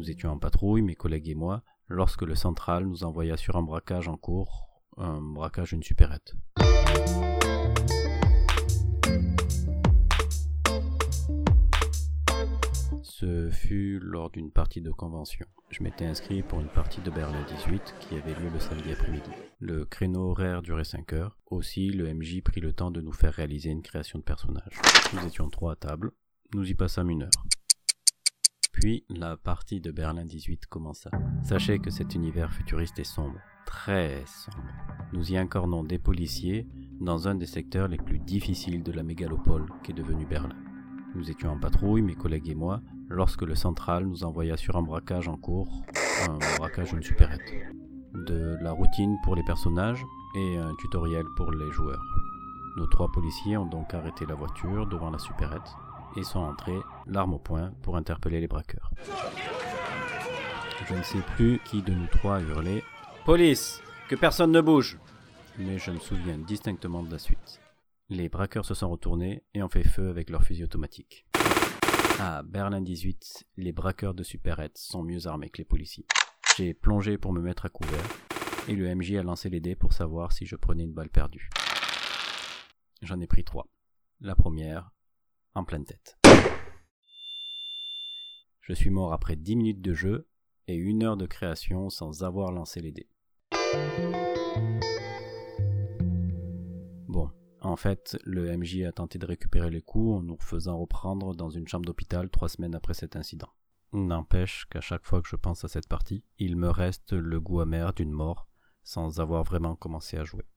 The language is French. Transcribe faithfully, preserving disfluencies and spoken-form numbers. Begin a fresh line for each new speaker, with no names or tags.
Nous étions en patrouille, mes collègues et moi, lorsque le central nous envoya sur un braquage en cours, un braquage d'une supérette. Ce fut lors d'une partie de convention. Je m'étais inscrit pour une partie de Berlin dix-huit qui avait lieu le samedi après-midi. Le créneau horaire durait cinq heures. Aussi, le M J prit le temps de nous faire réaliser une création de personnage. Nous étions trois à table. Nous y passâmes une heure. Puis, la partie de Berlin dix-huit commença. Sachez que cet univers futuriste est sombre. Très sombre. Nous y incarnons des policiers dans un des secteurs les plus difficiles de la mégalopole qu'est devenue Berlin. Nous étions en patrouille, mes collègues et moi, lorsque le central nous envoya sur un braquage en cours, un braquage d'une supérette. De la routine pour les personnages et un tutoriel pour les joueurs. Nos trois policiers ont donc arrêté la voiture devant la supérette et sont entrés, l'arme au poing, pour interpeller les braqueurs. Je ne sais plus qui de nous trois a hurlé « Police! Que personne ne bouge !» Mais je me souviens distinctement de la suite. Les braqueurs se sont retournés et ont fait feu avec leurs fusils automatiques. À Berlin dix-huit, les braqueurs de supérette sont mieux armés que les policiers. J'ai plongé pour me mettre à couvert et le M J a lancé les dés pour savoir si je prenais une balle perdue. J'en ai pris trois. La première, en pleine tête. Je suis mort après dix minutes de jeu et une heure de création sans avoir lancé les dés. Bon. En fait, le M J a tenté de récupérer les coups en nous faisant reprendre dans une chambre d'hôpital trois semaines après cet incident. N'empêche qu'à chaque fois que je pense à cette partie, il me reste le goût amer d'une mort sans avoir vraiment commencé à jouer.